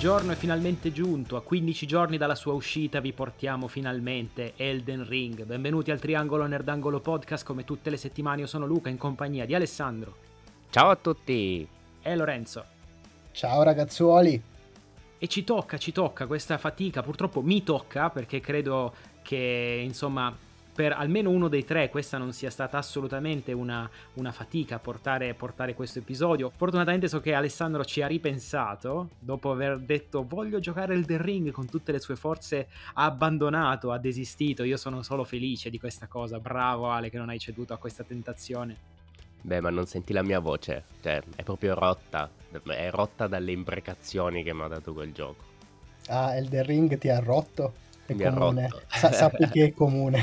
giorno è finalmente giunto, a 15 giorni dalla sua uscita vi portiamo finalmente Elden Ring. Benvenuti al Triangolo Nerdangolo Podcast, come tutte le settimane io sono Luca in compagnia di Alessandro Ciao a tutti e Lorenzo. Ciao ragazzuoli. E ci tocca questa fatica, purtroppo mi tocca perché credo che insomma per almeno uno dei tre questa non sia stata assolutamente una fatica portare questo episodio. Fortunatamente so che Alessandro ci ha ripensato, dopo aver detto voglio giocare Elden Ring con tutte le sue forze, ha abbandonato, ha desistito. Io sono solo felice di questa cosa. Bravo Ale che non hai ceduto a questa tentazione. Beh, ma non senti la mia voce, cioè è proprio rotta, è rotta dalle imprecazioni che mi ha dato quel gioco. Ah, Elden Ring ti ha rotto? È Mi ha comune, rotto. sappi che è comune.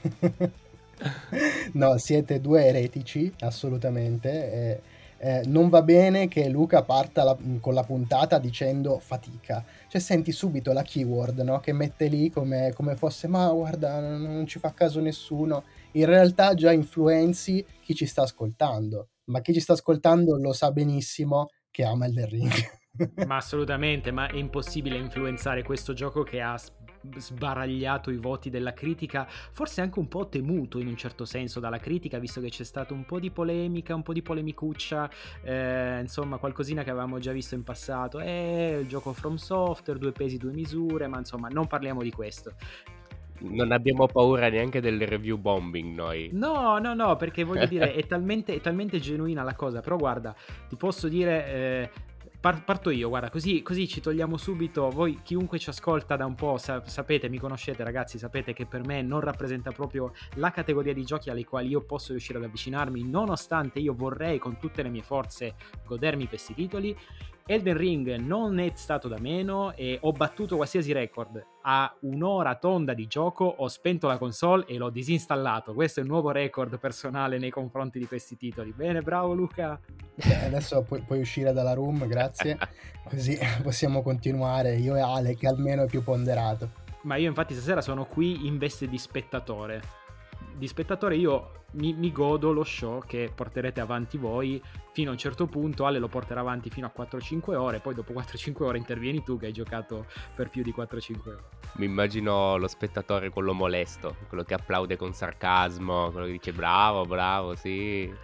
No, siete due eretici, assolutamente. Non va bene che Luca parta con la puntata dicendo fatica. Cioè senti subito la keyword, no? Che mette lì come fosse, ma guarda, non ci fa caso nessuno. In realtà già influenzi chi ci sta ascoltando, ma chi ci sta ascoltando lo sa benissimo che ama Elden Ring. Ma assolutamente, ma è impossibile influenzare questo gioco che ha sbaragliato i voti della critica, forse anche un po' temuto in un certo senso dalla critica, visto che c'è stato un po' di polemica, un po' di polemicuccia, insomma qualcosina che avevamo già visto in passato. Il gioco From Software, due pesi due misure, ma insomma non parliamo di questo. Non abbiamo paura neanche del review bombing noi. No, perché voglio dire, è talmente genuina la cosa, però guarda, ti posso dire... Parto io, guarda, così ci togliamo subito. Voi, chiunque ci ascolta da un po', sapete, mi conoscete ragazzi, sapete che per me non rappresenta proprio la categoria di giochi alle quali io posso riuscire ad avvicinarmi, nonostante io vorrei con tutte le mie forze godermi questi titoli. Elden Ring non è stato da meno e ho battuto qualsiasi record. A un'ora tonda di gioco ho spento la console e l'ho disinstallato. Questo è il nuovo record personale nei confronti di questi titoli. Bene, bravo Luca. Adesso puoi uscire dalla room, grazie. Così possiamo continuare io e Ale, che almeno è più ponderato. Ma io infatti stasera sono qui in veste di spettatore. Di spettatore io mi godo lo show che porterete avanti voi fino a un certo punto. Ale lo porterà avanti fino a 4-5 ore, poi dopo 4-5 ore intervieni tu che hai giocato per più di 4-5 ore. Mi immagino lo spettatore, quello molesto, quello che applaude con sarcasmo, quello che dice bravo, sì.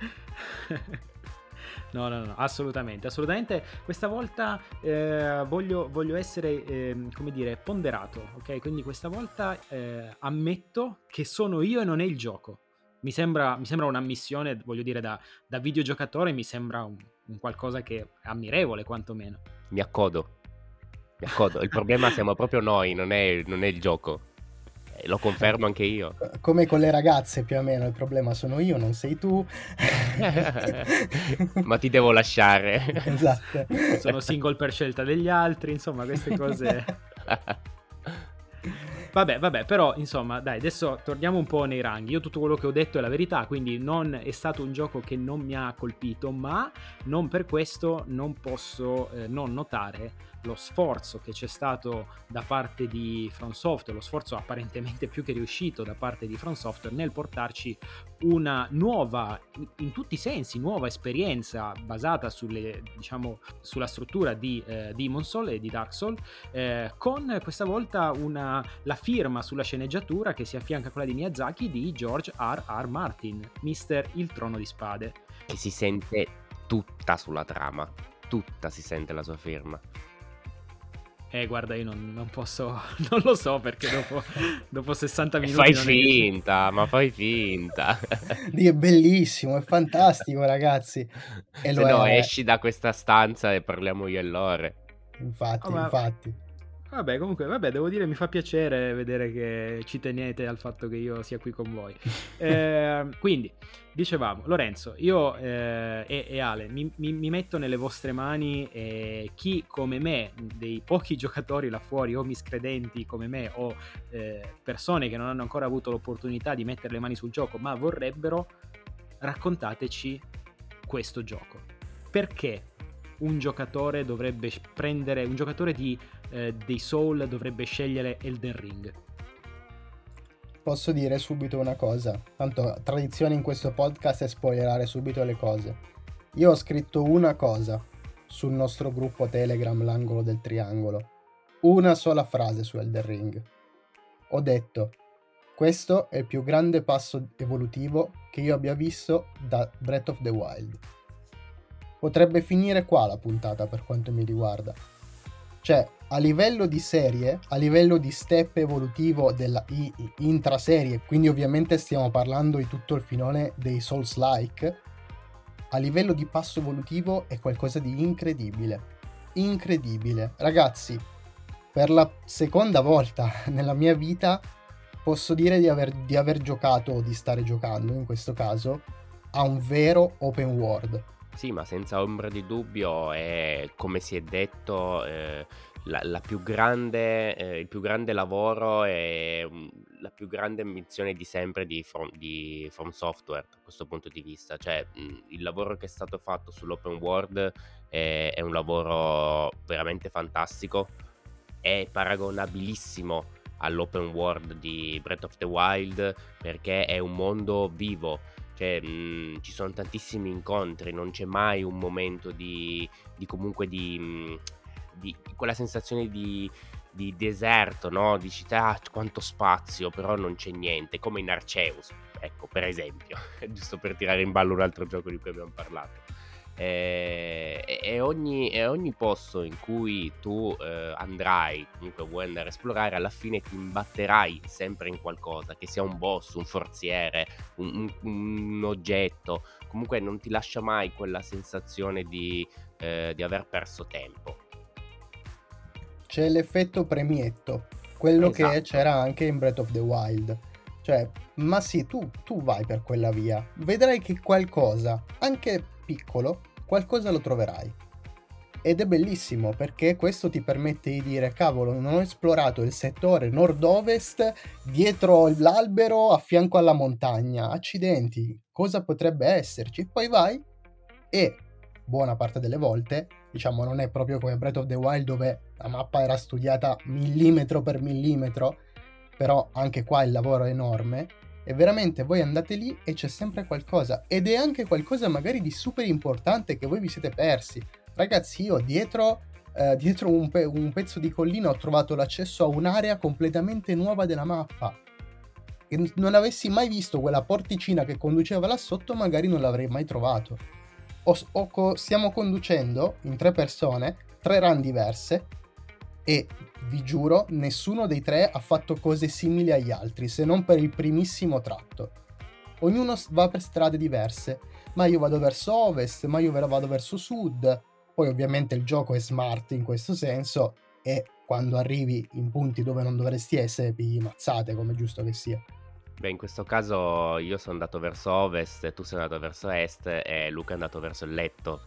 No, assolutamente. Questa volta voglio essere, come dire, ponderato, ok? Quindi questa volta ammetto che sono io e non è il gioco. Mi sembra un'ammissione, voglio dire, da videogiocatore, mi sembra un qualcosa che è ammirevole, quantomeno. Mi accodo. Il problema siamo proprio noi, non è il gioco. Lo confermo anche io. Come con le ragazze più o meno, il problema sono io, non sei tu. Ma ti devo lasciare. Esatto. Sono single per scelta degli altri, insomma queste cose. Vabbè, però insomma dai, adesso torniamo un po' nei ranghi. Io tutto quello che ho detto è la verità, quindi non è stato un gioco che non mi ha colpito, ma non per questo non posso non notare lo sforzo che c'è stato da parte di From Software, lo sforzo apparentemente più che riuscito da parte di From Software nel portarci una nuova, in tutti i sensi, nuova esperienza basata sulla struttura di Demon's Souls e di Dark Souls, con questa volta la firma sulla sceneggiatura che si affianca a quella di Miyazaki di George R.R. Martin, Mister Il Trono di Spade. Che si sente tutta sulla trama, tutta si sente la sua firma. Guarda, io non posso, non lo so perché dopo 60 minuti fai finta. È bellissimo, è fantastico ragazzi. E se no esci da questa stanza e parliamo io e Lore. Infatti. Vabbè, devo dire mi fa piacere vedere che ci tenete al fatto che io sia qui con voi. Quindi, dicevamo, Lorenzo, io e Ale mi metto nelle vostre mani, e chi come me, dei pochi giocatori là fuori o miscredenti come me o persone che non hanno ancora avuto l'opportunità di mettere le mani sul gioco ma vorrebbero, raccontateci questo gioco. Perché un giocatore dovrebbe prendere, un giocatore dei Soul dovrebbe scegliere Elden Ring? Posso dire subito una cosa, tanto tradizione in questo podcast è spoilerare subito le cose. Io ho scritto una cosa, sul nostro gruppo Telegram, l'angolo del triangolo, una sola frase su Elden Ring. Ho detto: questo è il più grande passo evolutivo che io abbia visto da Breath of the Wild. Potrebbe finire qua la puntata per quanto mi riguarda. Cioè, a livello di serie, a livello di step evolutivo della intraserie, quindi ovviamente stiamo parlando di tutto il filone dei Souls-like, a livello di passo evolutivo è qualcosa di incredibile. Incredibile. Ragazzi, per la seconda volta nella mia vita posso dire di aver giocato, o di stare giocando in questo caso, a un vero open world. Sì, ma senza ombra di dubbio è, come si è detto, la più grande, il più grande lavoro e la più grande ambizione di sempre di From Software da questo punto di vista. Cioè, il lavoro che è stato fatto sull'open world è un lavoro veramente fantastico, è paragonabilissimo all'open world di Breath of the Wild perché è un mondo vivo. Cioè, ci sono tantissimi incontri, non c'è mai un momento di comunque di quella sensazione di deserto, no? Di città, quanto spazio, però non c'è niente, come in Arceus, ecco, per esempio, giusto per tirare in ballo un altro gioco di cui abbiamo parlato. E ogni posto in cui tu andrai, comunque vuoi andare a esplorare, alla fine ti imbatterai sempre in qualcosa, che sia un boss, un forziere, un oggetto, comunque non ti lascia mai quella sensazione di aver perso tempo. C'è l'effetto premietto, quello che Esatto. c'era anche in Breath of the Wild. Cioè, ma sì, tu vai per quella via, vedrai che qualcosa, anche piccolo, qualcosa lo troverai. Ed è bellissimo perché questo ti permette di dire: cavolo, non ho esplorato il settore nord-ovest dietro l'albero a fianco alla montagna. Accidenti, cosa potrebbe esserci? Poi vai e buona parte delle volte, diciamo, non è proprio come Breath of the Wild dove la mappa era studiata millimetro per millimetro, però anche qua il lavoro è enorme e veramente voi andate lì e c'è sempre qualcosa, ed è anche qualcosa magari di super importante che voi vi siete persi. Ragazzi, io dietro un pezzo di collina ho trovato l'accesso a un'area completamente nuova della mappa. E non avessi mai visto quella porticina che conduceva là sotto, magari non l'avrei mai trovato. Stiamo conducendo in 3 persone, 3 run diverse, e vi giuro, nessuno dei 3 ha fatto cose simili agli altri, se non per il primissimo tratto. Ognuno va per strade diverse, ma io vado verso ovest, ma io vado verso sud. Poi ovviamente il gioco è smart in questo senso e quando arrivi in punti dove non dovresti essere pigli mazzate, come giusto che sia. Beh, in questo caso io sono andato verso ovest, tu sei andato verso est e Luca è andato verso il letto.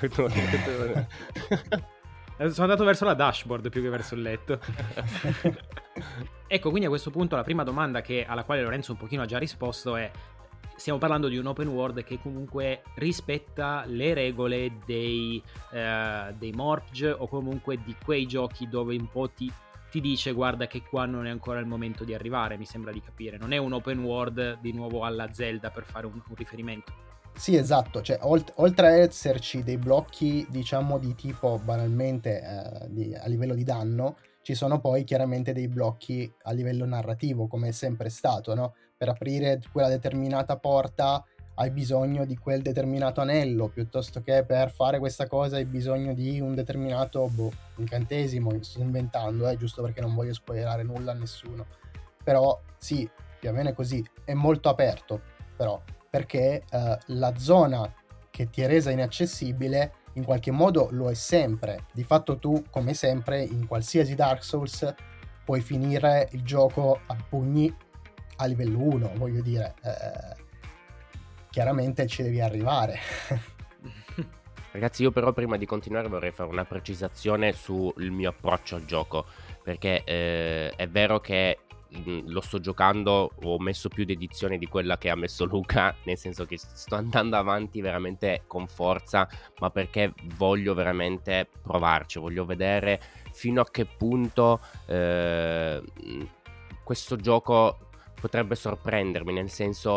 Sono andato verso la dashboard più che verso il letto. Ecco, quindi a questo punto la prima domanda alla quale Lorenzo un pochino ha già risposto è: stiamo parlando di un open world che comunque rispetta le regole dei Morpg, o comunque di quei giochi dove un po' ti dice guarda che qua non è ancora il momento di arrivare, mi sembra di capire. Non è un open world di nuovo alla Zelda, per fare un riferimento. Sì, esatto, cioè oltre a esserci dei blocchi, diciamo, di tipo banalmente a livello di danno, ci sono poi chiaramente dei blocchi a livello narrativo, come è sempre stato, no? Per aprire quella determinata porta hai bisogno di quel determinato anello, piuttosto che per fare questa cosa hai bisogno di un determinato incantesimo, sto inventando, giusto perché non voglio spoilerare nulla a nessuno. Però sì, più o meno è così, è molto aperto, però, perché la zona che ti è resa inaccessibile in qualche modo lo è sempre. Di fatto tu, come sempre, in qualsiasi Dark Souls puoi finire il gioco a pugni a livello 1, voglio dire. Chiaramente ci devi arrivare. Ragazzi, io però prima di continuare vorrei fare una precisazione sul mio approccio al gioco, perché è vero che lo sto giocando, ho messo più dedizione di quella che ha messo Luca, nel senso che sto andando avanti veramente con forza, ma perché voglio veramente provarci, voglio vedere fino a che punto questo gioco potrebbe sorprendermi, nel senso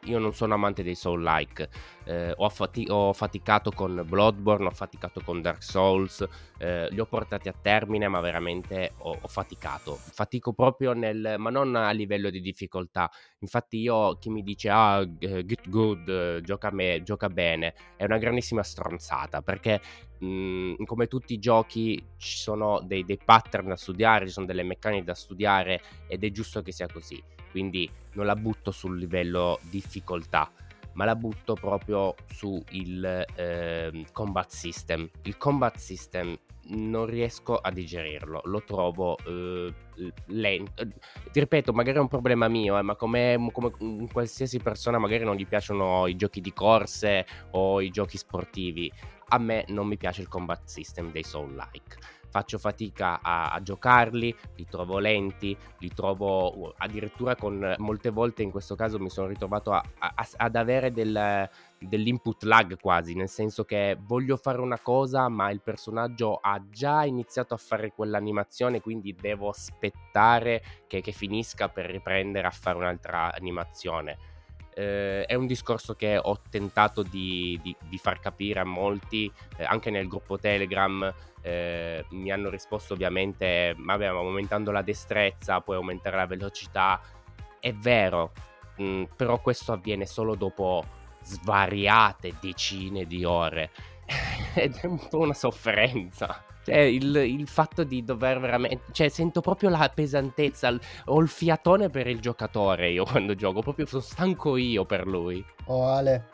io non sono amante dei Soul-like. Ho faticato con Bloodborne, ho faticato con Dark Souls, li ho portati a termine, ma veramente ho faticato. Fatico proprio ma non a livello di difficoltà. Infatti chi mi dice get good, gioca bene, è una grandissima stronzata, perché come tutti i giochi ci sono dei pattern da studiare, ci sono delle meccaniche da studiare, ed è giusto che sia così. Quindi non la butto sul livello difficoltà, ma la butto proprio su il combat system. Il combat system non riesco a digerirlo, lo trovo lento. Ti ripeto, magari è un problema mio, ma come qualsiasi persona magari non gli piacciono i giochi di corse o i giochi sportivi. A me non mi piace il combat system dei Soul-like. Faccio fatica a giocarli, li trovo lenti, li trovo addirittura molte volte in questo caso mi sono ritrovato ad avere dell'input lag quasi, nel senso che voglio fare una cosa ma il personaggio ha già iniziato a fare quell'animazione, quindi devo aspettare che finisca per riprendere a fare un'altra animazione. È un discorso che ho tentato di far capire a molti, anche nel gruppo Telegram. Mi hanno risposto ovviamente, vabbè, ma aumentando la destrezza puoi aumentare la velocità. È vero, però questo avviene solo dopo svariate decine di ore ed è un po' una sofferenza. Cioè, il fatto di dover veramente, cioè, sento proprio la pesantezza, ho il fiatone per il giocatore io quando gioco, proprio sono stanco io per lui. Oh Ale,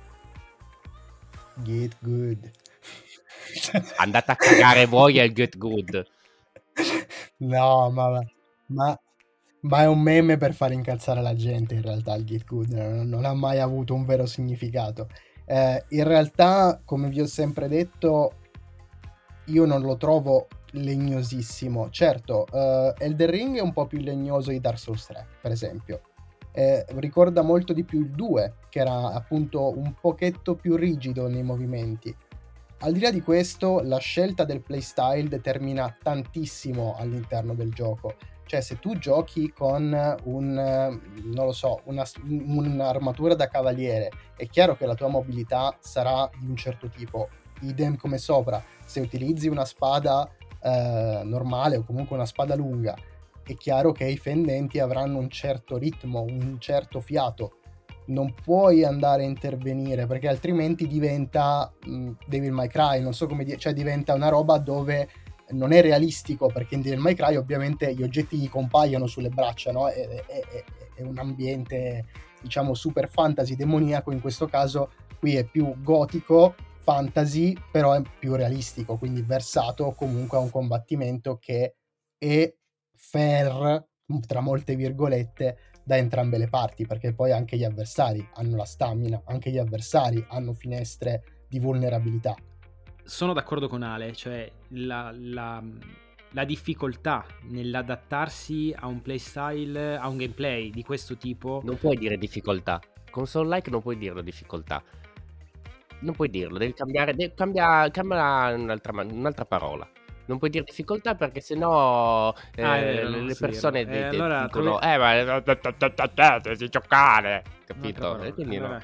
get good. Andate a cagare voi al get good. No, ma è un meme per far incazzare la gente, in realtà il get good non ha mai avuto un vero significato. In realtà, come vi ho sempre detto, io non lo trovo legnosissimo. Certo, Elden Ring è un po' più legnoso di Dark Souls 3, per esempio. Ricorda molto di più il 2, che era appunto un pochetto più rigido nei movimenti. Al di là di questo, la scelta del playstyle determina tantissimo all'interno del gioco. Cioè, se tu giochi con non lo so, un'armatura da cavaliere, è chiaro che la tua mobilità sarà di un certo tipo. Idem come sopra, se utilizzi una spada normale o comunque una spada lunga, è chiaro che i fendenti avranno un certo ritmo, un certo fiato. Non puoi andare a intervenire perché altrimenti diventa Devil May Cry, non so come dire, cioè diventa una roba dove non è realistico, perché in Devil May Cry ovviamente gli oggetti gli compaiono sulle braccia, no? È un ambiente, diciamo, super fantasy demoniaco. In questo caso qui è più gotico, fantasy, però è più realistico, quindi versato comunque a un combattimento che è fair, tra molte virgolette, da entrambe le parti, perché poi anche gli avversari hanno la stamina, anche gli avversari hanno finestre di vulnerabilità. Sono d'accordo con Ale, cioè la difficoltà nell'adattarsi a un playstyle, a un gameplay di questo tipo. Non puoi dire difficoltà. Con Soul-like non puoi dirlo difficoltà. Non puoi dirlo, devi cambiare, cambia un'altra parola. Non puoi dire difficoltà perché sennò Vero, no, le sì, persone allora dicono ma devi giocare, capito? E quindi no.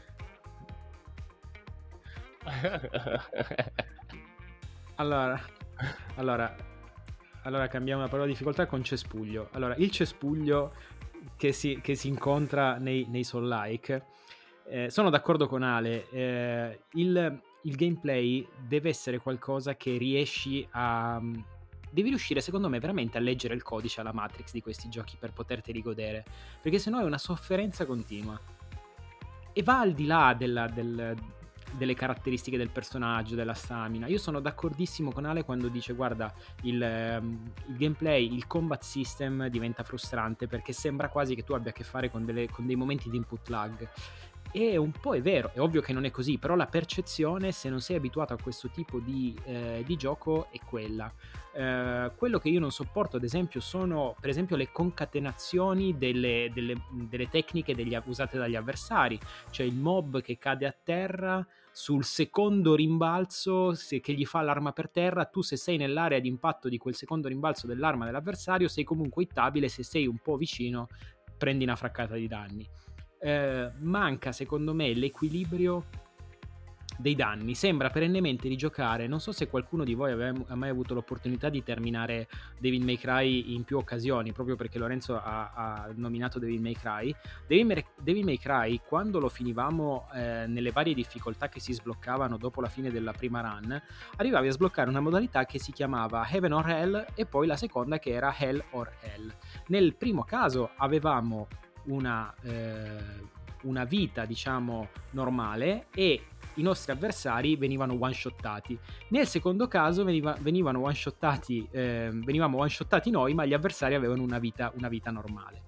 Allora cambiamo la parola difficoltà con cespuglio. Allora, il cespuglio che si incontra nei Soul-like, sono d'accordo con Ale, il gameplay deve essere qualcosa che riesci a... Devi riuscire, secondo me, veramente a leggere il codice alla Matrix di questi giochi per poterteli godere, perché sennò è una sofferenza continua. E va al di là delle caratteristiche del personaggio, della stamina. Io sono d'accordissimo con Ale quando dice guarda, il gameplay, il combat system diventa frustrante perché sembra quasi che tu abbia a che fare con dei momenti di input lag. E un po' è vero, è ovvio che non è così, però la percezione, se non sei abituato a questo tipo di gioco, è quella. Quello che io non sopporto, ad esempio, sono per esempio le concatenazioni delle tecniche usate dagli avversari. Cioè il mob che cade a terra, sul secondo rimbalzo che gli fa l'arma per terra, tu se sei nell'area di impatto di quel secondo rimbalzo dell'arma dell'avversario sei comunque hittabile, se sei un po' vicino prendi una fraccata di danni. manca secondo me l'equilibrio dei danni. Sembra perennemente di giocare, non so se qualcuno di voi ha mai avuto l'opportunità di terminare Devil May Cry in più occasioni, proprio perché Lorenzo ha nominato Devil May Cry. Devil May Cry, quando lo finivamo nelle varie difficoltà che si sbloccavano dopo la fine della prima run, arrivavi a sbloccare una modalità che si chiamava Heaven or Hell e poi la seconda che era Hell or Hell. Nel primo caso avevamo una vita, diciamo, normale e i nostri avversari venivano one-shottati. Nel secondo caso venivano one-shottati, venivamo one-shottati noi, ma gli avversari avevano una vita normale.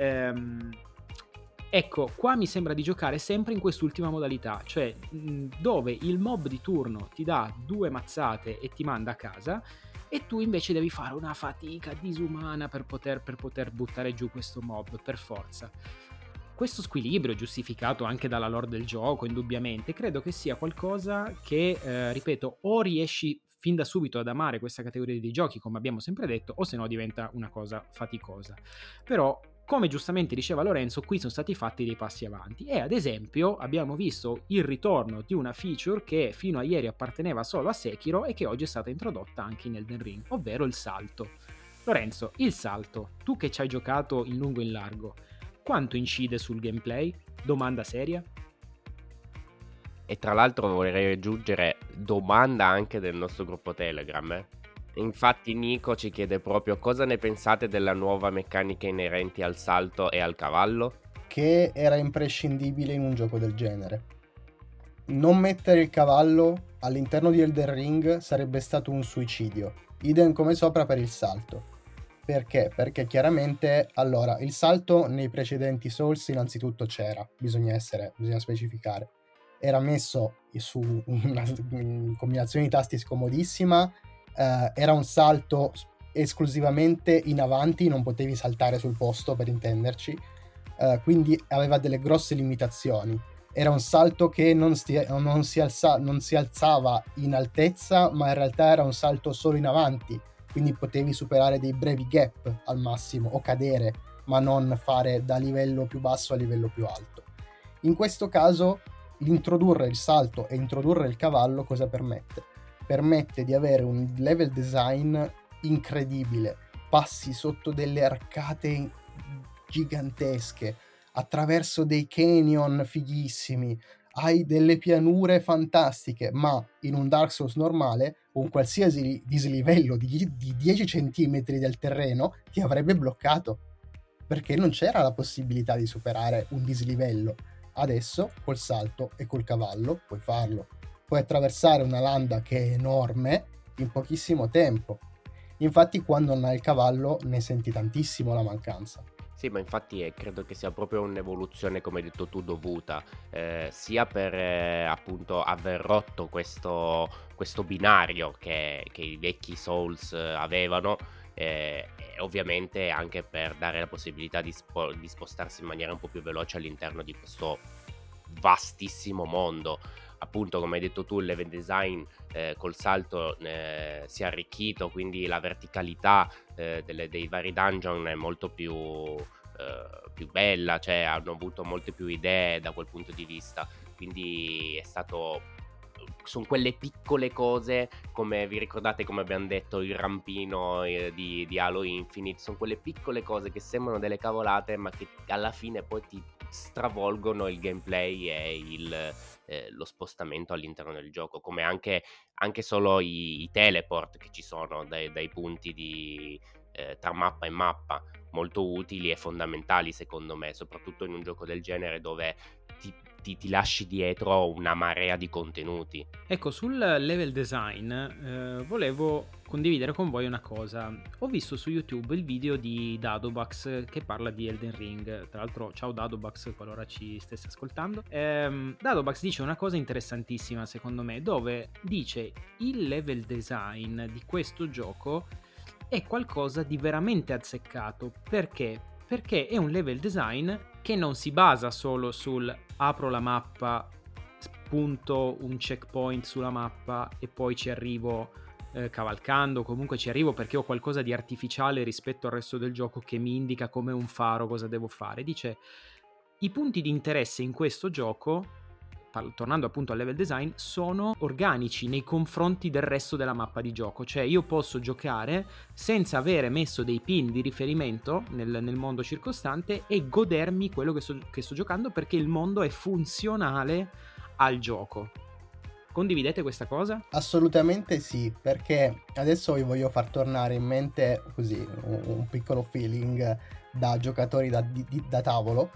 Ecco, qua mi sembra di giocare sempre in quest'ultima modalità, cioè dove il mob di turno ti dà 2 mazzate e ti manda a casa, e tu invece devi fare una fatica disumana per poter buttare giù questo mob, per forza. Questo squilibrio, giustificato anche dalla lore del gioco, indubbiamente, credo che sia qualcosa che, ripeto, o riesci fin da subito ad amare questa categoria di giochi, come abbiamo sempre detto, o se no diventa una cosa faticosa. Però, come giustamente diceva Lorenzo, qui sono stati fatti dei passi avanti e ad esempio abbiamo visto il ritorno di una feature che fino a ieri apparteneva solo a Sekiro e che oggi è stata introdotta anche in Elden Ring, ovvero il salto. Lorenzo, il salto, tu che ci hai giocato in lungo e in largo, quanto incide sul gameplay? Domanda seria. E tra l'altro vorrei aggiungere domanda anche del nostro gruppo Telegram. Infatti Nico ci chiede proprio cosa ne pensate della nuova meccanica inerenti al salto e al cavallo? Che era imprescindibile in un gioco del genere. Non mettere il cavallo all'interno di Elden Ring sarebbe stato un suicidio. Idem come sopra per il salto. Perché? Perché chiaramente, allora, il salto nei precedenti Souls innanzitutto c'era, bisogna specificare. Era messo su una combinazione di tasti scomodissima, era un salto esclusivamente in avanti, non potevi saltare sul posto, per intenderci, quindi aveva delle grosse limitazioni. Era un salto che non si alzava in altezza, ma in realtà era un salto solo in avanti, quindi potevi superare dei brevi gap al massimo o cadere, ma non fare da livello più basso a livello più alto. In questo caso introdurre il salto e introdurre il cavallo cosa permette? Permette di avere un level design incredibile, passi sotto delle arcate gigantesche, attraverso dei canyon fighissimi, hai delle pianure fantastiche, ma in un Dark Souls normale un qualsiasi dislivello di 10 centimetri del terreno ti avrebbe bloccato, perché non c'era la possibilità di superare un dislivello. Adesso col salto e col cavallo puoi farlo, puoi attraversare una landa che è enorme in pochissimo tempo. Infatti quando non hai il cavallo ne senti tantissimo la mancanza. Sì, ma infatti credo che sia proprio un'evoluzione, come hai detto tu, dovuta sia per appunto aver rotto questo binario che i vecchi Souls avevano, e ovviamente anche per dare la possibilità di spostarsi in maniera un po' più veloce all'interno di questo vastissimo mondo. Appunto, come hai detto tu, il level design col salto si è arricchito, quindi la verticalità dei vari dungeon è molto più bella, cioè hanno avuto molte più idee da quel punto di vista, quindi è stato, sono quelle piccole cose, come vi ricordate, come abbiamo detto, il rampino di Halo Infinite, sono quelle piccole cose che sembrano delle cavolate ma che alla fine poi ti stravolgono il gameplay e lo spostamento all'interno del gioco, come anche solo i teleport che ci sono dai punti tra mappa e mappa, molto utili e fondamentali secondo me, soprattutto in un gioco del genere dove ti lasci dietro una marea di contenuti. Ecco, sul level design volevo condividere con voi una cosa. Ho visto su YouTube il video di Dadobax che parla di Elden Ring. Tra l'altro, ciao Dadobax, qualora ci stesse ascoltando. Dadobax dice una cosa interessantissima secondo me, dove dice il level design di questo gioco è qualcosa di veramente azzeccato. Perché? Perché è un level design che non si basa solo sul apro la mappa, spunto un checkpoint sulla mappa e poi ci arrivo cavalcando, comunque ci arrivo perché ho qualcosa di artificiale rispetto al resto del gioco che mi indica come un faro cosa devo fare. Dice I punti di interesse in questo gioco, tornando appunto al level design, sono organici nei confronti del resto della mappa di gioco. Cioè io posso giocare senza avere messo dei pin di riferimento nel mondo circostante e godermi quello che sto giocando, perché il mondo è funzionale al gioco. Condividete questa cosa? Assolutamente sì, perché adesso vi voglio far tornare in mente così un piccolo feeling da giocatori da tavolo.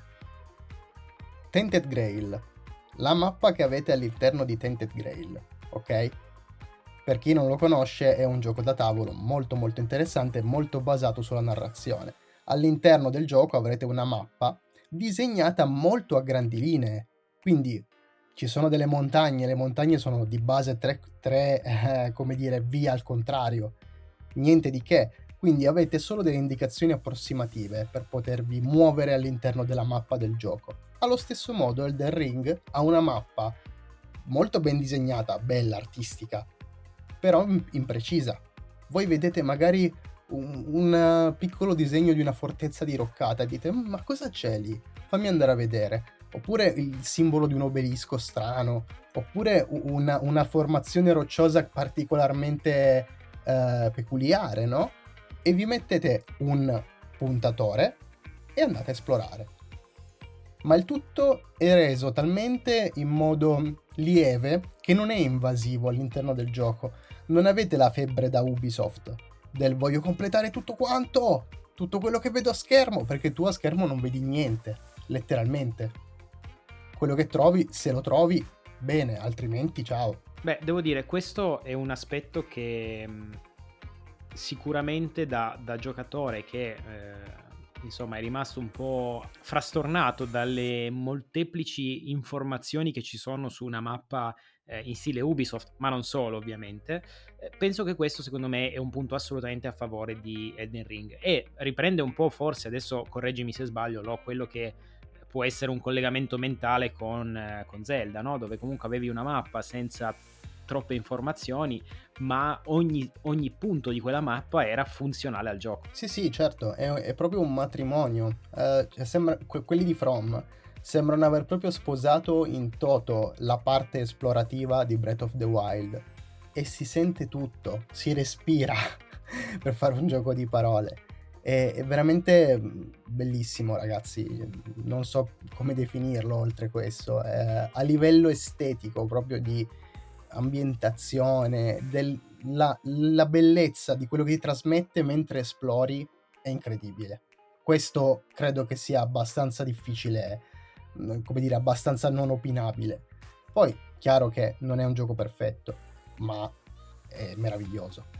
Tainted Grail, la mappa che avete all'interno di Tainted Grail, ok? Per chi non lo conosce, è un gioco da tavolo molto molto interessante, molto basato sulla narrazione. All'interno del gioco avrete una mappa disegnata molto a grandi linee, quindi ci sono delle montagne, le montagne sono di base tre come dire, vie al contrario, niente di che, quindi avete solo delle indicazioni approssimative per potervi muovere all'interno della mappa del gioco. Allo stesso modo Elden Ring ha una mappa molto ben disegnata, bella, artistica, però imprecisa. Voi vedete magari un piccolo disegno di una fortezza diroccata e dite ma cosa c'è lì? Fammi andare a vedere. Oppure il simbolo di un obelisco strano, oppure una formazione rocciosa particolarmente peculiare, no? E vi mettete un puntatore e andate a esplorare. Ma il tutto è reso talmente in modo lieve che non è invasivo all'interno del gioco. Non avete la febbre da Ubisoft del voglio completare tutto quanto, tutto quello che vedo a schermo, perché tu a schermo non vedi niente, letteralmente. Quello che trovi, se lo trovi, bene, altrimenti ciao. Beh, devo dire, questo è un aspetto che sicuramente da giocatore che insomma è rimasto un po' frastornato dalle molteplici informazioni che ci sono su una mappa in stile Ubisoft, ma non solo ovviamente, penso che questo secondo me è un punto assolutamente a favore di Elden Ring e riprende un po', forse adesso correggimi se sbaglio, quello che può essere un collegamento mentale con Zelda, no? Dove comunque avevi una mappa senza troppe informazioni, ma ogni punto di quella mappa era funzionale al gioco. Sì, certo, è proprio un matrimonio. Quelli di From sembrano aver proprio sposato in toto la parte esplorativa di Breath of the Wild. E si sente tutto, si respira, per fare un gioco di parole. È veramente bellissimo, ragazzi. Non so come definirlo oltre questo. A livello estetico, proprio di ambientazione, la bellezza di quello che ti trasmette mentre esplori è incredibile. Questo credo che sia abbastanza difficile, come dire, abbastanza non opinabile. Poi, chiaro che non è un gioco perfetto, ma è meraviglioso.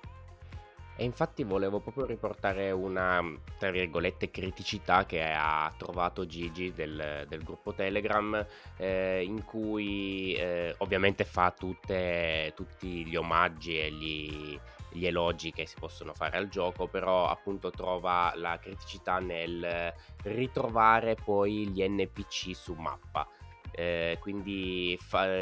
E infatti volevo proprio riportare una, tra virgolette, criticità che ha trovato Gigi del gruppo Telegram, in cui ovviamente fa tutti gli omaggi e gli elogi che si possono fare al gioco, però appunto trova la criticità nel ritrovare poi gli NPC su mappa. Quindi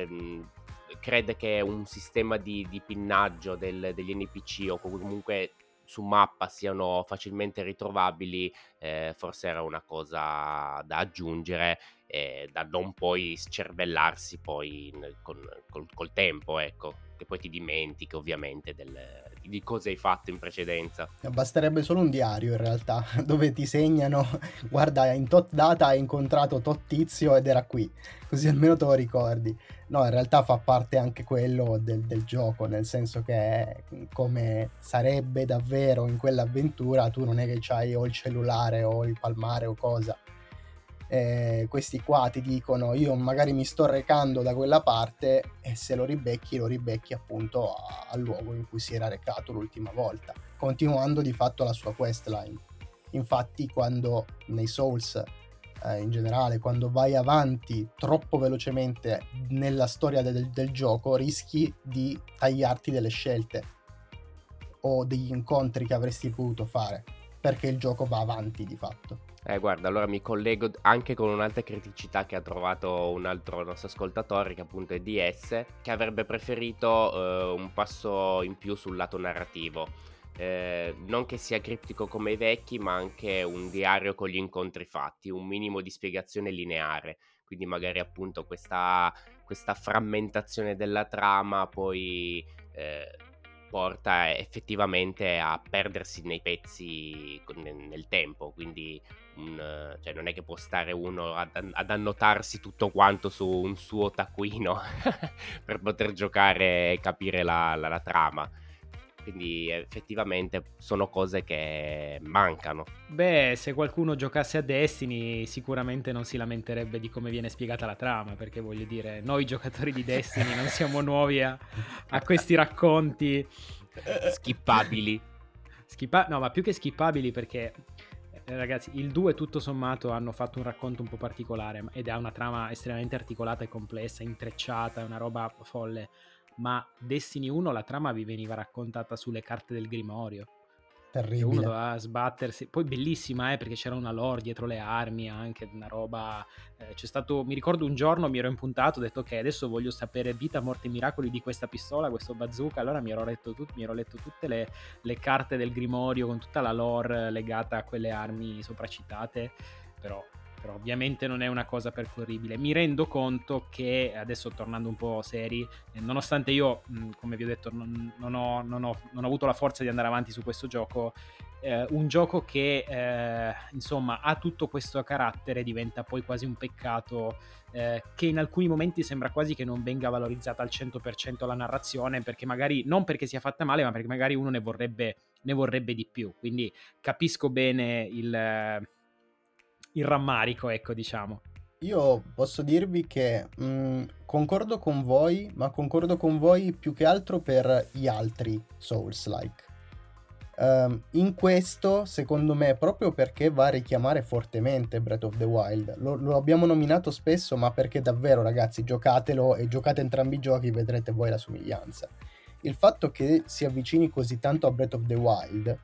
crede che un sistema di pinnaggio degli NPC o comunque su mappa siano facilmente ritrovabili, forse era una cosa da aggiungere, da non poi scervellarsi poi col tempo, ecco, che poi ti dimentichi ovviamente di cosa hai fatto in precedenza. Basterebbe solo un diario in realtà, dove ti segnano, guarda, in tot data hai incontrato tot tizio ed era qui, così almeno te lo ricordi. No, in realtà fa parte anche quello del gioco, nel senso che come sarebbe davvero in quell'avventura, tu non è che c'hai o il cellulare o il palmare o cosa. Questi qua ti dicono io magari mi sto recando da quella parte e se lo ribecchi appunto al luogo in cui si era recato l'ultima volta, continuando di fatto la sua questline. Infatti quando nei Souls in generale, quando vai avanti troppo velocemente nella storia del gioco, rischi di tagliarti delle scelte o degli incontri che avresti potuto fare, perché il gioco va avanti di fatto. Guarda, allora mi collego anche con un'altra criticità che ha trovato un altro nostro ascoltatore, che appunto è DS, che avrebbe preferito un passo in più sul lato narrativo. non che sia criptico come i vecchi, ma anche un diario con gli incontri fatti, un minimo di spiegazione lineare. Quindi magari appunto questa frammentazione della trama poi porta effettivamente a perdersi nei pezzi nel tempo, quindi cioè non è che può stare uno ad annotarsi tutto quanto su un suo taccuino per poter giocare e capire la trama. Quindi effettivamente sono cose che mancano. Beh, se qualcuno giocasse a Destiny sicuramente non si lamenterebbe di come viene spiegata la trama, perché voglio dire, noi giocatori di Destiny non siamo nuovi a questi racconti Skippabili. No, ma più che skippabili, perché ragazzi, il 2 tutto sommato hanno fatto un racconto un po' particolare ed ha una trama estremamente articolata e complessa, intrecciata, è una roba folle. Ma Destiny 1 la trama vi veniva raccontata sulle carte del Grimorio. Che uno Terribile. doveva sbattersi, poi bellissima, perché c'era una lore dietro le armi, anche una roba. C'è stato, mi ricordo un giorno mi ero impuntato, ho detto ok, adesso voglio sapere vita, morte e miracoli di questa pistola, questo bazooka. Allora mi ero letto tutte le carte del Grimorio con tutta la lore legata a quelle armi sopracitate, però ovviamente non è una cosa percorribile. Mi rendo conto che, adesso tornando un po' seri, nonostante io, come vi ho detto, non ho avuto la forza di andare avanti su questo gioco, un gioco che insomma ha tutto questo carattere diventa poi quasi un peccato, che in alcuni momenti sembra quasi che non venga valorizzata al 100% la narrazione, perché magari non perché sia fatta male, ma perché magari uno ne vorrebbe di più. Quindi capisco bene il rammarico, ecco, diciamo. Io posso dirvi che concordo con voi, ma concordo con voi più che altro per gli altri Souls-like. In questo, secondo me, proprio perché va a richiamare fortemente Breath of the Wild, lo abbiamo nominato spesso, ma perché davvero, ragazzi, giocatelo e giocate entrambi i giochi, vedrete voi la somiglianza. Il fatto che si avvicini così tanto a Breath of the Wild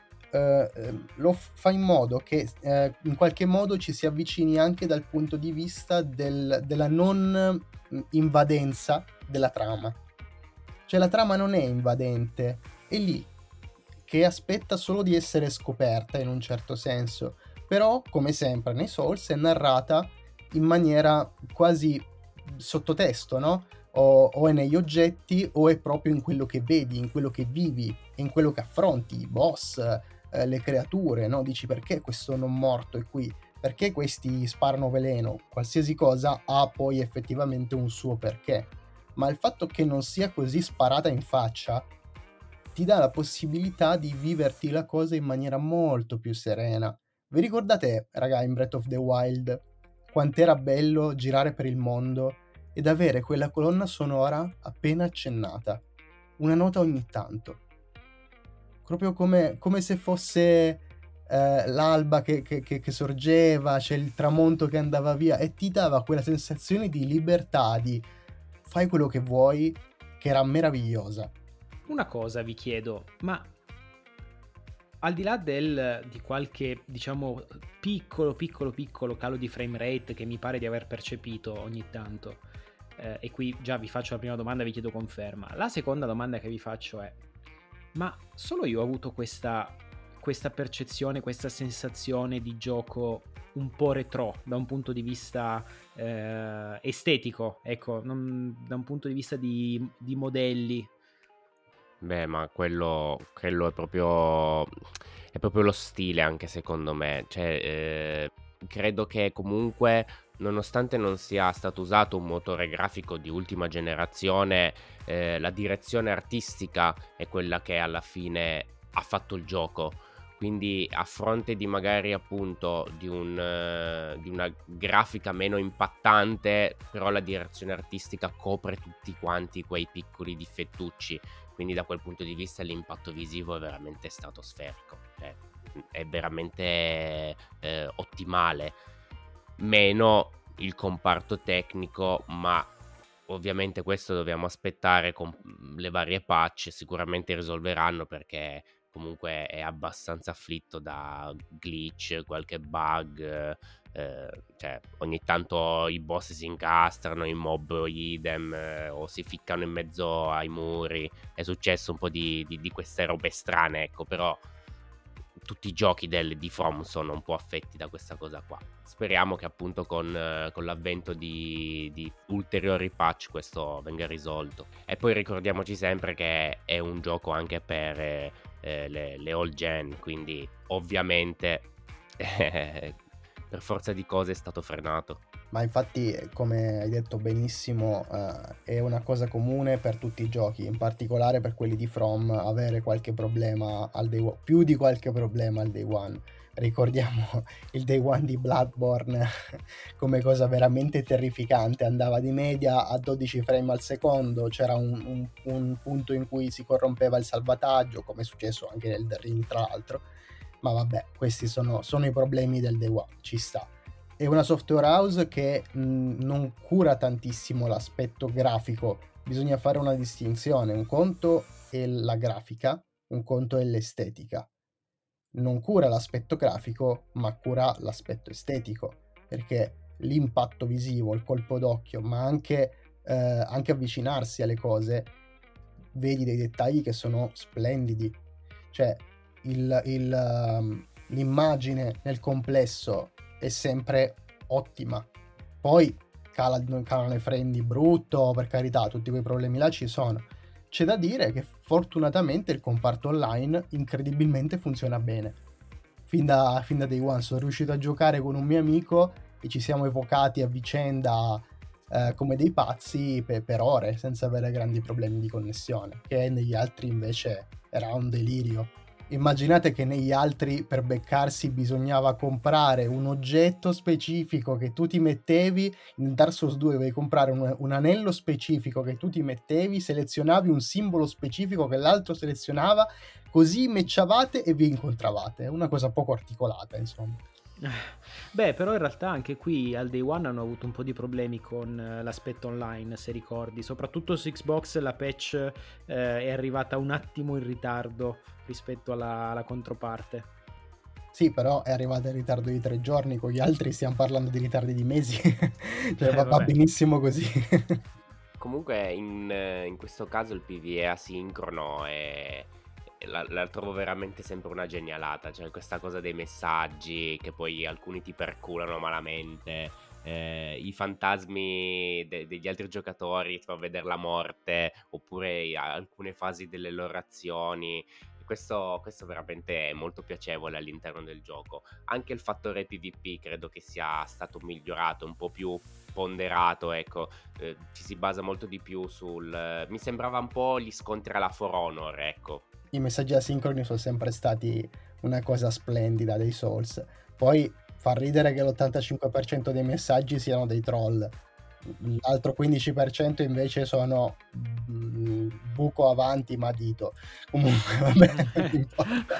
lo fa in modo che in qualche modo ci si avvicini anche dal punto di vista della non invadenza della trama. Cioè la trama non è invadente, è lì che aspetta solo di essere scoperta in un certo senso, però come sempre nei Souls è narrata in maniera quasi sottotesto, no? O è negli oggetti o è proprio in quello che vedi, in quello che vivi, in quello che affronti, i boss, le creature, no? Dici perché questo non morto è qui? Perché questi sparano veleno? Qualsiasi cosa ha poi effettivamente un suo perché. Ma il fatto che non sia così sparata in faccia ti dà la possibilità di viverti la cosa in maniera molto più serena. Vi ricordate, raga, in Breath of the Wild, quant'era bello girare per il mondo ed avere quella colonna sonora appena accennata, una nota ogni tanto, proprio come se fosse l'alba che sorgeva, c'è il tramonto che andava via e ti dava quella sensazione di libertà, di fai quello che vuoi, che era meravigliosa. Una cosa vi chiedo, ma al di là di qualche, diciamo, piccolo calo di frame rate che mi pare di aver percepito ogni tanto, e qui già vi faccio la prima domanda e vi chiedo conferma. La seconda domanda che vi faccio è: ma solo io ho avuto questa percezione, questa sensazione di gioco un po' retro da un punto di vista estetico, ecco, da un punto di vista di modelli? Beh, ma quello è proprio lo stile, anche secondo me. Cioè, credo che comunque, nonostante non sia stato usato un motore grafico di ultima generazione, la direzione artistica è quella che alla fine ha fatto il gioco. Quindi a fronte di magari appunto di una grafica meno impattante, però la direzione artistica copre tutti quanti quei piccoli difettucci. Quindi da quel punto di vista l'impatto visivo è veramente stratosferico, cioè, è veramente ottimale, meno il comparto tecnico, ma ovviamente questo dobbiamo aspettare con le varie patch, sicuramente risolveranno, perché comunque è abbastanza afflitto da glitch, qualche bug, cioè ogni tanto i boss si incastrano, i mob idem, o si ficcano in mezzo ai muri. È successo un po' di queste robe strane, ecco, però tutti i giochi di From sono un po' affetti da questa cosa qua. Speriamo che appunto con l'avvento di ulteriori patch questo venga risolto. E poi ricordiamoci sempre che è un gioco anche per le all gen, quindi ovviamente per forza di cose è stato frenato. Ma infatti, come hai detto benissimo, è una cosa comune per tutti i giochi, in particolare per quelli di From, avere qualche problema al day one, più di qualche problema al day one. Ricordiamo il day one di Bloodborne come cosa veramente terrificante, andava di media a 12 frame al secondo, c'era un punto in cui si corrompeva il salvataggio, come è successo anche nel The Ring tra l'altro, ma vabbè, questi sono i problemi del day one, ci sta. È una software house che non cura tantissimo l'aspetto grafico, bisogna fare una distinzione, un conto è la grafica, un conto è l'estetica. Non cura l'aspetto grafico, ma cura l'aspetto estetico, perché l'impatto visivo, il colpo d'occhio, ma anche avvicinarsi alle cose, vedi dei dettagli che sono splendidi. Cioè, l'immagine nel complesso è sempre ottima. Poi calano i frame di brutto, per carità, tutti quei problemi là ci sono. C'è da dire che fortunatamente il comparto online incredibilmente funziona bene. Fin da day one sono riuscito a giocare con un mio amico e ci siamo evocati a vicenda come dei pazzi per ore senza avere grandi problemi di connessione, che negli altri invece era un delirio. Immaginate che negli altri per beccarsi bisognava comprare un oggetto specifico che tu ti mettevi, in Dark Souls 2 dovevi comprare un anello specifico che tu ti mettevi, selezionavi un simbolo specifico che l'altro selezionava, così matchavate e vi incontravate. È una cosa poco articolata, insomma. Beh, però in realtà anche qui al day one hanno avuto un po' di problemi con l'aspetto online, se ricordi. Soprattutto su Xbox la patch è arrivata un attimo in ritardo rispetto alla controparte. Sì, però è arrivata in ritardo di 3 giorni, con gli altri stiamo parlando di ritardi di mesi. Cioè va benissimo così. Comunque in questo caso il PvE asincrono la trovo veramente sempre una genialata, cioè questa cosa dei messaggi che poi alcuni ti perculano malamente, i fantasmi degli altri giocatori ti fa vedere la morte, oppure alcune fasi delle loro azioni. Questo veramente è molto piacevole all'interno del gioco. Anche il fattore PvP credo che sia stato migliorato, un po' più ponderato, ecco. Ci si basa molto di più mi sembrava un po' gli scontri alla For Honor, ecco. I messaggi asincroni sono sempre stati una cosa splendida dei Souls. Poi fa ridere che l'85% dei messaggi siano dei troll. L'altro 15% invece sono buco avanti ma dito. Comunque vabbè, non importa.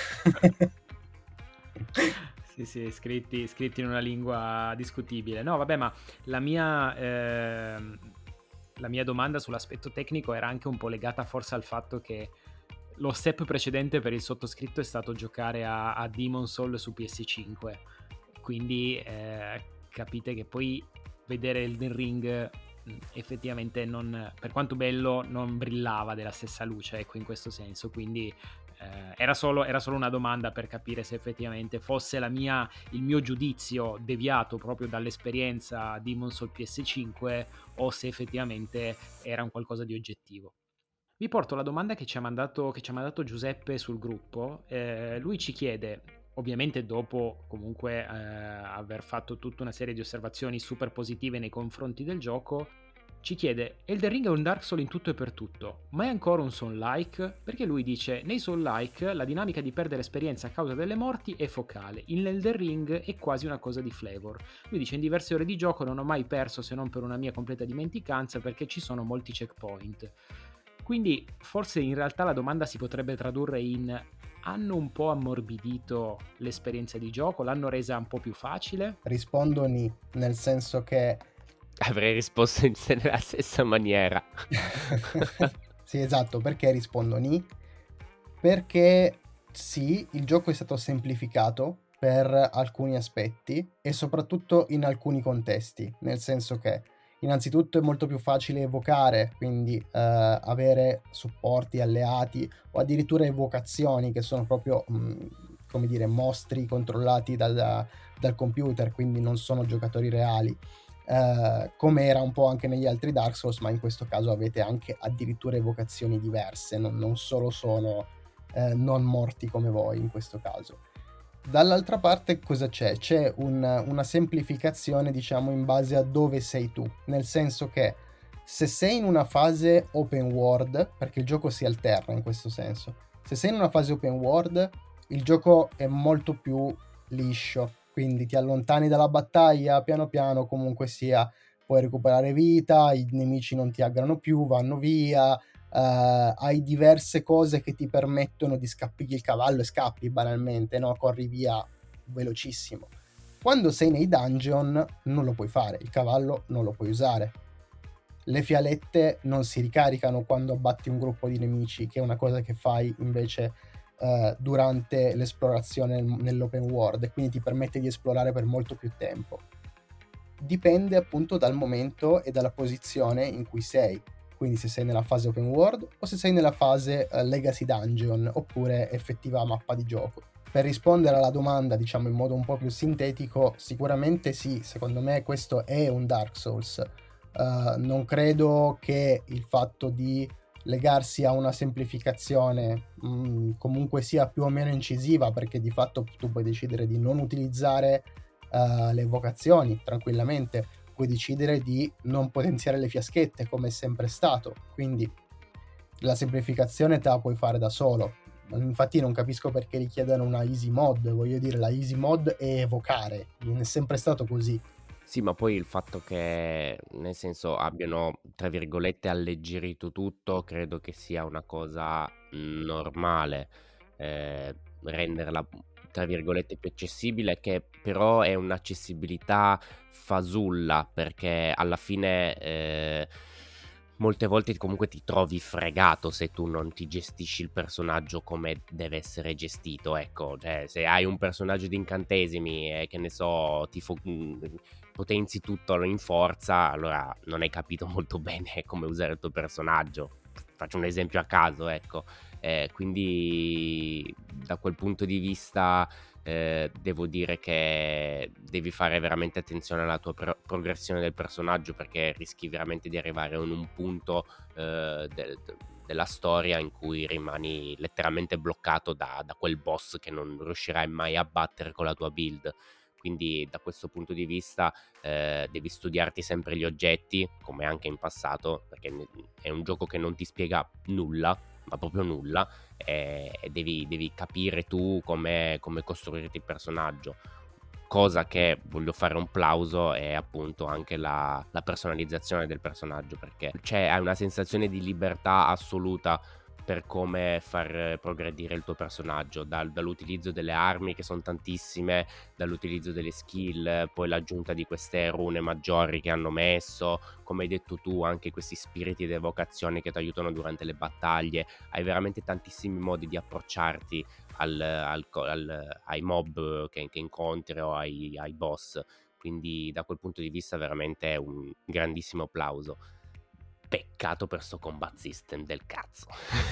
Sì, scritti in una lingua discutibile. No, vabbè, ma la mia domanda sull'aspetto tecnico era anche un po' legata forse al fatto che lo step precedente per il sottoscritto è stato giocare a Demon's Souls su PS5. Quindi capite che poi vedere Elden Ring effettivamente non, per quanto bello, non brillava della stessa luce, ecco, in questo senso. Quindi era solo una domanda per capire se effettivamente fosse il mio giudizio deviato proprio dall'esperienza Demon's Souls PS5 o se effettivamente era un qualcosa di oggettivo. Vi porto la domanda che ci ha mandato Giuseppe sul gruppo. Lui ci chiede, ovviamente dopo comunque aver fatto tutta una serie di osservazioni super positive nei confronti del gioco, ci chiede: Elden Ring è un Dark Souls in tutto e per tutto, ma è ancora un Soul-like? Perché lui dice: nei Soul-like la dinamica di perdere esperienza a causa delle morti è focale, in Elden Ring è quasi una cosa di flavor. Lui dice: in diverse ore di gioco non ho mai perso se non per una mia completa dimenticanza, perché ci sono molti checkpoint. Quindi forse in realtà la domanda si potrebbe tradurre in: hanno un po' ammorbidito l'esperienza di gioco? L'hanno resa un po' più facile? Rispondo ni, nel senso che avrei risposto nella stessa maniera. Sì, esatto, perché rispondo ni? Perché sì, il gioco è stato semplificato per alcuni aspetti e soprattutto in alcuni contesti, nel senso che innanzitutto è molto più facile evocare, quindi avere supporti, alleati o addirittura evocazioni che sono proprio, come dire, mostri controllati dal computer, quindi non sono giocatori reali. Come era un po' anche negli altri Dark Souls, ma in questo caso avete anche addirittura evocazioni diverse, non solo sono non morti come voi in questo caso. Dall'altra parte cosa c'è? C'è una semplificazione, diciamo, in base a dove sei tu, nel senso che se sei in una fase open world, perché il gioco si alterna in questo senso, se sei in una fase open world il gioco è molto più liscio, quindi ti allontani dalla battaglia piano piano, comunque sia, puoi recuperare vita, i nemici non ti aggrano più, vanno via, hai diverse cose che ti permettono di scappigli il cavallo e scappi banalmente, no? Corri via velocissimo. Quando sei nei dungeon non lo puoi fare, il cavallo non lo puoi usare. Le fialette non si ricaricano quando abbatti un gruppo di nemici, che è una cosa che fai invece durante l'esplorazione nell'open world, e quindi ti permette di esplorare per molto più tempo. Dipende appunto dal momento e dalla posizione in cui sei, quindi se sei nella fase open world o se sei nella fase legacy dungeon oppure effettiva mappa di gioco. Per rispondere alla domanda, diciamo in modo un po' più sintetico, sicuramente sì, secondo me questo è un Dark Souls. Non credo che il fatto di legarsi a una semplificazione comunque sia più o meno incisiva, perché di fatto tu puoi decidere di non utilizzare le evocazioni tranquillamente, puoi decidere di non potenziare le fiaschette come è sempre stato, quindi la semplificazione te la puoi fare da solo. Infatti non capisco perché richiedano una easy mod, voglio dire, la easy mod è evocare, non è sempre stato così. Sì, ma poi il fatto che, nel senso, abbiano, tra virgolette, alleggerito tutto, credo che sia una cosa normale, renderla, tra virgolette, più accessibile, che però è un'accessibilità fasulla, perché alla fine molte volte comunque ti trovi fregato se tu non ti gestisci il personaggio come deve essere gestito, ecco, cioè se hai un personaggio di incantesimi e che ne so, potenzi tutto in forza, allora non hai capito molto bene come usare il tuo personaggio. Faccio un esempio a caso, ecco. Quindi da quel punto di vista devo dire che devi fare veramente attenzione alla tua progressione del personaggio, perché rischi veramente di arrivare in un punto della storia in cui rimani letteralmente bloccato da quel boss che non riuscirai mai a battere con la tua build. Quindi da questo punto di vista devi studiarti sempre gli oggetti, come anche in passato, perché è un gioco che non ti spiega nulla, ma proprio nulla, e devi capire tu come costruirti il personaggio. Cosa che voglio fare un plauso è appunto anche la personalizzazione del personaggio, perché hai una sensazione di libertà assoluta per come far progredire il tuo personaggio, dall'utilizzo delle armi, che sono tantissime, dall'utilizzo delle skill, poi l'aggiunta di queste rune maggiori che hanno messo, come hai detto tu, anche questi spiriti di evocazione che ti aiutano durante le battaglie. Hai veramente tantissimi modi di approcciarti ai mob che incontri o ai boss, quindi da quel punto di vista veramente è un grandissimo applauso. Peccato per sto combat system del cazzo.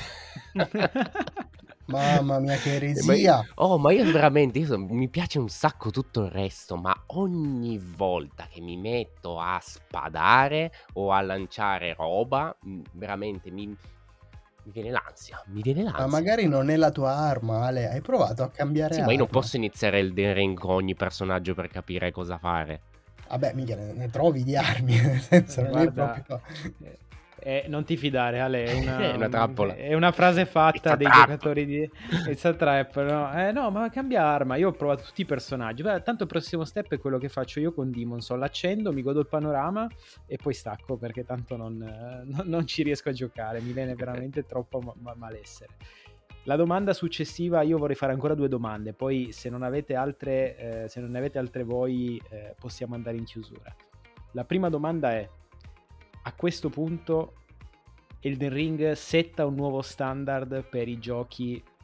Mamma mia, che Ma eresia! io veramente, mi piace un sacco tutto il resto, ma ogni volta che mi metto a spadare o a lanciare roba, veramente mi viene l'ansia, Ma magari non è la tua arma, Ale, hai provato a cambiare Sì, ma io non arma? posso iniziare Elden Ring con ogni personaggio per capire cosa fare. Vabbè, mica ne trovi di armi, nel senso non è Guarda, proprio... non ti fidare, Ale, È una trappola. è una frase It's fatta a dei trap. giocatori di It's a Trap, no? No, ma cambia arma. Io ho provato tutti i personaggi. Beh, tanto il prossimo step è quello che faccio io con Demon Soul. L'accendo, mi godo il panorama e poi stacco, perché tanto non ci riesco a giocare. Mi viene veramente troppo malessere. La domanda successiva, io vorrei fare ancora 2 domande, poi se non avete altre, se non ne avete altre voi, possiamo andare in chiusura. La prima domanda è: a questo punto Elden Ring setta un nuovo standard per i giochi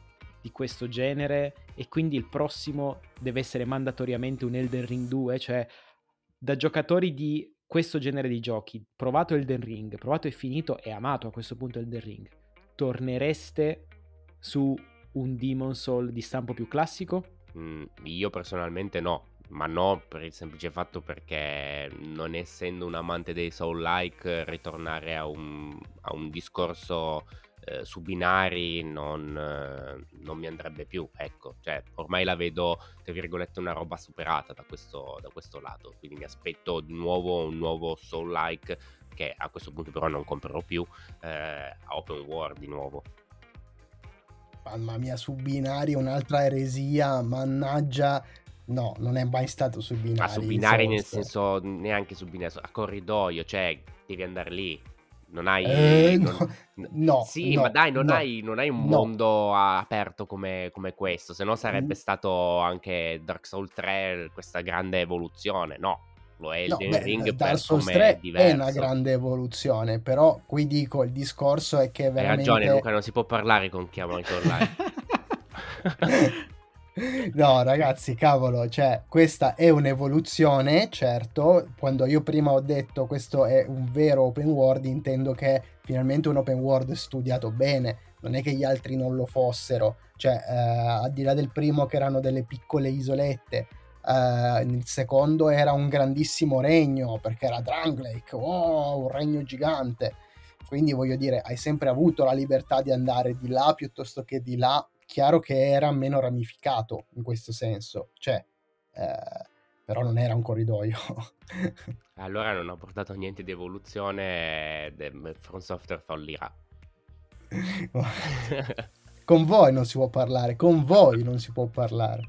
di questo genere, e quindi il prossimo deve essere mandatoriamente un Elden Ring 2, cioè da giocatori di questo genere di giochi, provato Elden Ring, provato e finito e amato a questo punto Elden Ring, tornereste su un Demon Soul di stampo più classico? Io personalmente no, ma no per il semplice fatto perché non essendo un amante dei Soul-like, ritornare a un discorso su binari non mi andrebbe più, ecco, cioè ormai la vedo, tra virgolette, una roba superata da questo lato, quindi mi aspetto di nuovo un nuovo Soul-like che a questo punto però non comprerò più, a open world di nuovo. Mamma mia, su binari un'altra eresia, mannaggia. No, non è mai stato su binari. Ma su binari nel Souls. senso, neanche su binari, a corridoio, cioè devi andare lì. Non hai... No, Sì, ma dai, non no, hai un no. mondo aperto come questo, se no sarebbe stato anche Dark Souls 3 questa grande evoluzione. No, lo è No, Elden beh, Ring Dark per Souls come è 3 è una diverso. grande evoluzione, però qui dico, il discorso è che Hai ragione veramente... Luca, non si può parlare con chi ama i online. No, ragazzi, cavolo, cioè, questa è un'evoluzione, certo. Quando io prima ho detto questo è un vero open world, intendo che finalmente un open world studiato bene, non è che gli altri non lo fossero. Cioè, al di là del primo che erano delle piccole isolette, il secondo era un grandissimo regno, perché era Drangleic, oh, un regno gigante. Quindi voglio dire, hai sempre avuto la libertà di andare di là piuttosto che di là. Chiaro che era meno ramificato in questo senso, cioè, però non era un corridoio. Allora non ho portato niente di evoluzione, From Software fallirà. Con voi non si può parlare, con voi non si può parlare.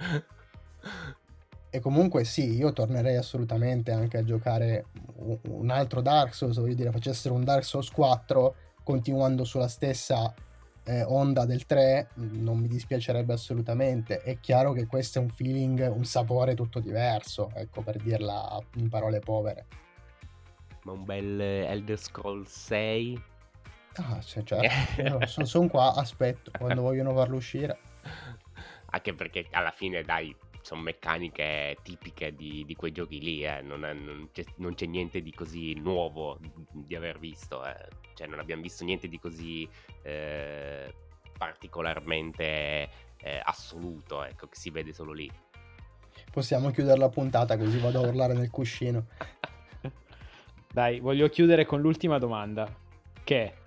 E comunque sì, io tornerei assolutamente anche a giocare un altro Dark Souls, voglio dire, facessero un Dark Souls 4 continuando sulla stessa onda del 3, non mi dispiacerebbe assolutamente. È chiaro che questo è un feeling, un sapore tutto diverso, ecco, per dirla in parole povere. Ma un bel Elder Scrolls 6? Ah, certo, sono qua, aspetto, quando vogliono farlo uscire. Anche perché alla fine, dai, sono meccaniche tipiche di quei giochi lì, non c'è niente di così nuovo di aver visto, cioè non abbiamo visto niente di così particolarmente assoluto, ecco, che si vede solo lì. Possiamo chiudere la puntata così vado a urlare nel cuscino. Dai, voglio chiudere con l'ultima domanda, che è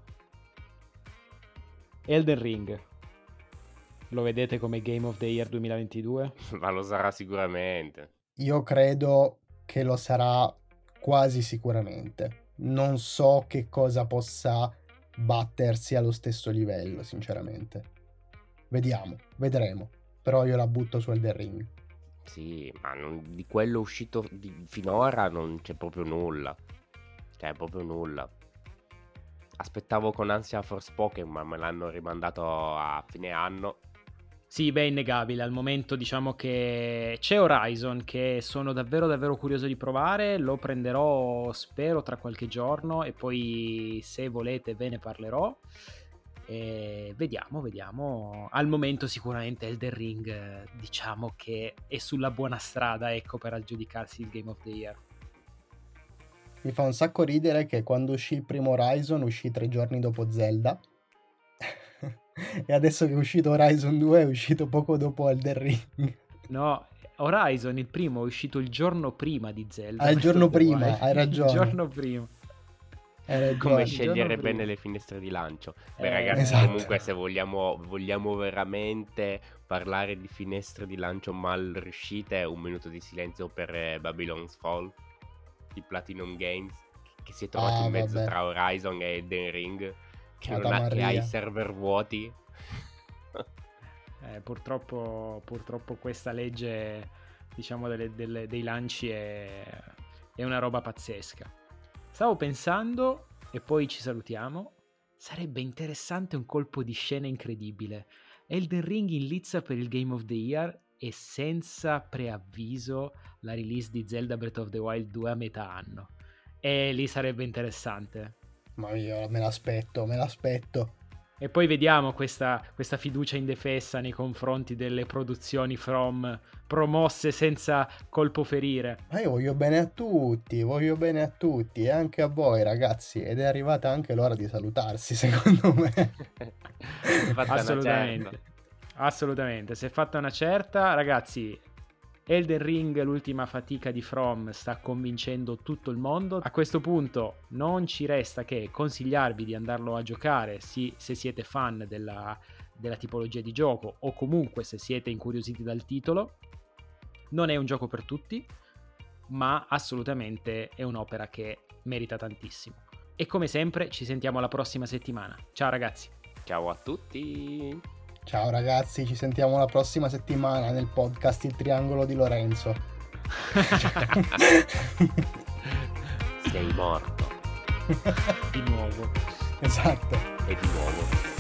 Elden Ring. Lo vedete come Game of the Year 2022? Ma lo sarà sicuramente. Io credo che lo sarà quasi sicuramente. Non so che cosa possa battersi allo stesso livello, sinceramente. Vediamo, vedremo. Però io la butto su Elden Ring. Sì, ma di quello uscito finora non c'è proprio nulla. Cioè, proprio nulla. Aspettavo con ansia Forspoken, ma me l'hanno rimandato a fine anno. Sì, beh, è innegabile. Al momento diciamo che c'è Horizon che sono davvero davvero curioso di provare, lo prenderò spero tra qualche giorno e poi se volete ve ne parlerò. E vediamo. Al momento sicuramente Elden Ring diciamo che è sulla buona strada, ecco, per aggiudicarsi il Game of the Year. Mi fa un sacco ridere che quando uscì il primo Horizon uscì 3 giorni dopo Zelda. E adesso che è uscito Horizon 2 è uscito poco dopo Elden Ring. No, Horizon il primo è uscito il giorno prima di Zelda. Il giorno Breath of the prima, Wild. hai ragione. Il giorno prima. Hai ragione. Come Il scegliere giorno bene prima. le finestre di lancio. Beh, ragazzi, Esatto. comunque se vogliamo veramente parlare di finestre di lancio mal riuscite, un minuto di silenzio per Babylon's Fall di Platinum Games, che si è trovato in mezzo vabbè. tra Horizon e Elden Ring, che Madama ha i Maria. server vuoti. Purtroppo questa legge, diciamo, dei lanci è una roba pazzesca. Stavo pensando, e poi ci salutiamo, sarebbe interessante un colpo di scena incredibile. Elden Ring in lizza per il Game of the Year e senza preavviso la release di Zelda Breath of the Wild 2 a metà anno. E lì sarebbe interessante. Ma io me l'aspetto. E poi vediamo questa fiducia indefessa nei confronti delle produzioni From promosse senza colpo ferire. Ma io voglio bene a tutti e anche a voi ragazzi, ed è arrivata anche l'ora di salutarsi secondo me. Assolutamente, si è fatta una certa, ragazzi. Elden Ring, l'ultima fatica di From, sta convincendo tutto il mondo. A questo punto non ci resta che consigliarvi di andarlo a giocare se siete fan della tipologia di gioco o comunque se siete incuriositi dal titolo. Non è un gioco per tutti, ma assolutamente è un'opera che merita tantissimo. E come sempre ci sentiamo la prossima settimana. Ciao ragazzi. Ciao a tutti. Ciao ragazzi, ci sentiamo la prossima settimana nel podcast Il Triangolo di Lorenzo. Sei morto. Di nuovo. Esatto. E di nuovo.